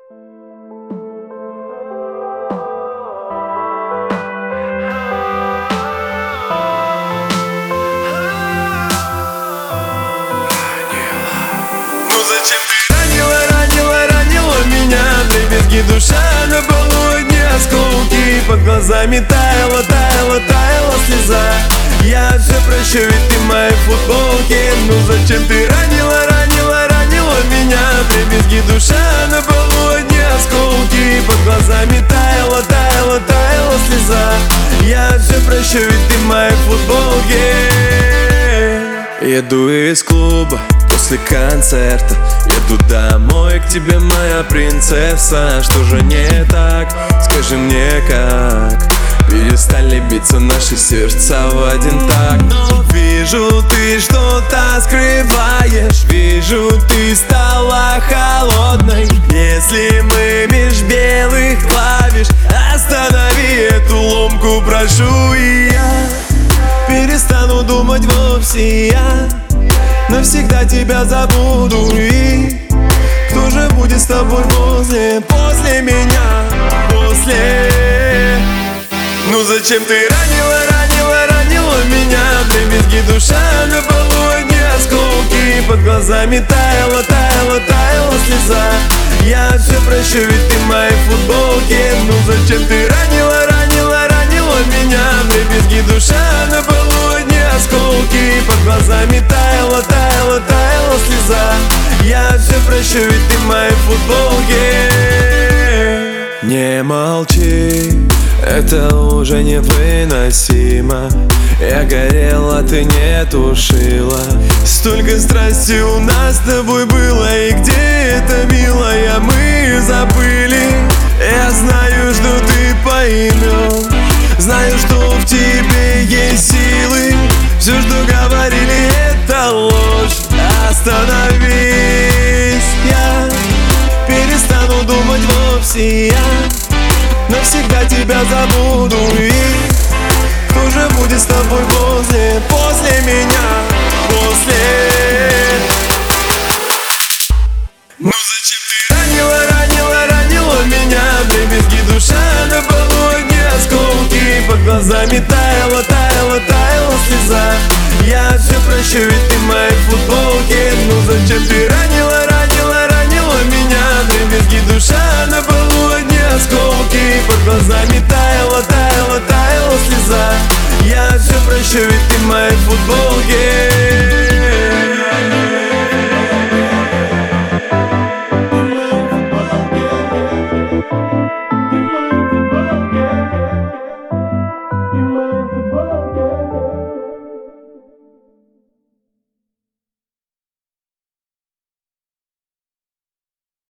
Душа на полудне, осколки под глазами таяла, таяла, таяла слеза. Я все прощу, ведь ты в моей футболке. Ну зачем ты ранила, ранила, ранила меня? Дребезги, душа на полудне, осколки под глазами таяла, таяла, таяла слеза. Я все прощу, ведь ты в моей футболке. Еду из клуба после концерта, еду домой к тебе, моя принцесса. Что же не так? Скажи мне как перестали биться наши сердца в один такт. Вижу, ты что-то скрываешь, вижу, ты стала холодной. Если мы меж белых клавиш, останови эту ломку, прошу. И я перестану думать вовсе, я навсегда тебя забуду. И кто же будет с тобой после меня, после? Ну зачем ты ранила, ранила, ранила меня? Дребезги, душа на полудне, осколки под глазами таяла, таяла, таяла слеза. Я все прощу, ведь ты в моей футболке. Ну зачем ты ранила, ранила, ранила меня? Дребезги, душа на полудне, осколки под глазами таяла, таяла, таяла слеза. Я все прощу, ведь ты в моей футболке. Не молчи, это уже невыносимо. Я горела, ты не тушила. Столько страсти у нас с тобой было. И где это, милая, мы забыли. Я знаю, что ты поймешь, знаю, что в тебе есть силы. Все, что говорили, это ложь. Остановись, я перестану думать вовсе, я навсегда тебя забуду. И кто же будет с тобой после меня, после? Ну зачем ты ранила, ранила, ранила меня? Дребезги, душа на полудне, осколки под глазами таяла, таяла, таяла слеза. Я все прощу, ведь ты в моей футболке. Ну зачем ты ранила, ранила, ранила меня? Дребезги, душа на полудне, осколки под глазами таяла, таяла, таяла слеза. Я все прощу, ведь ты в моей футболке.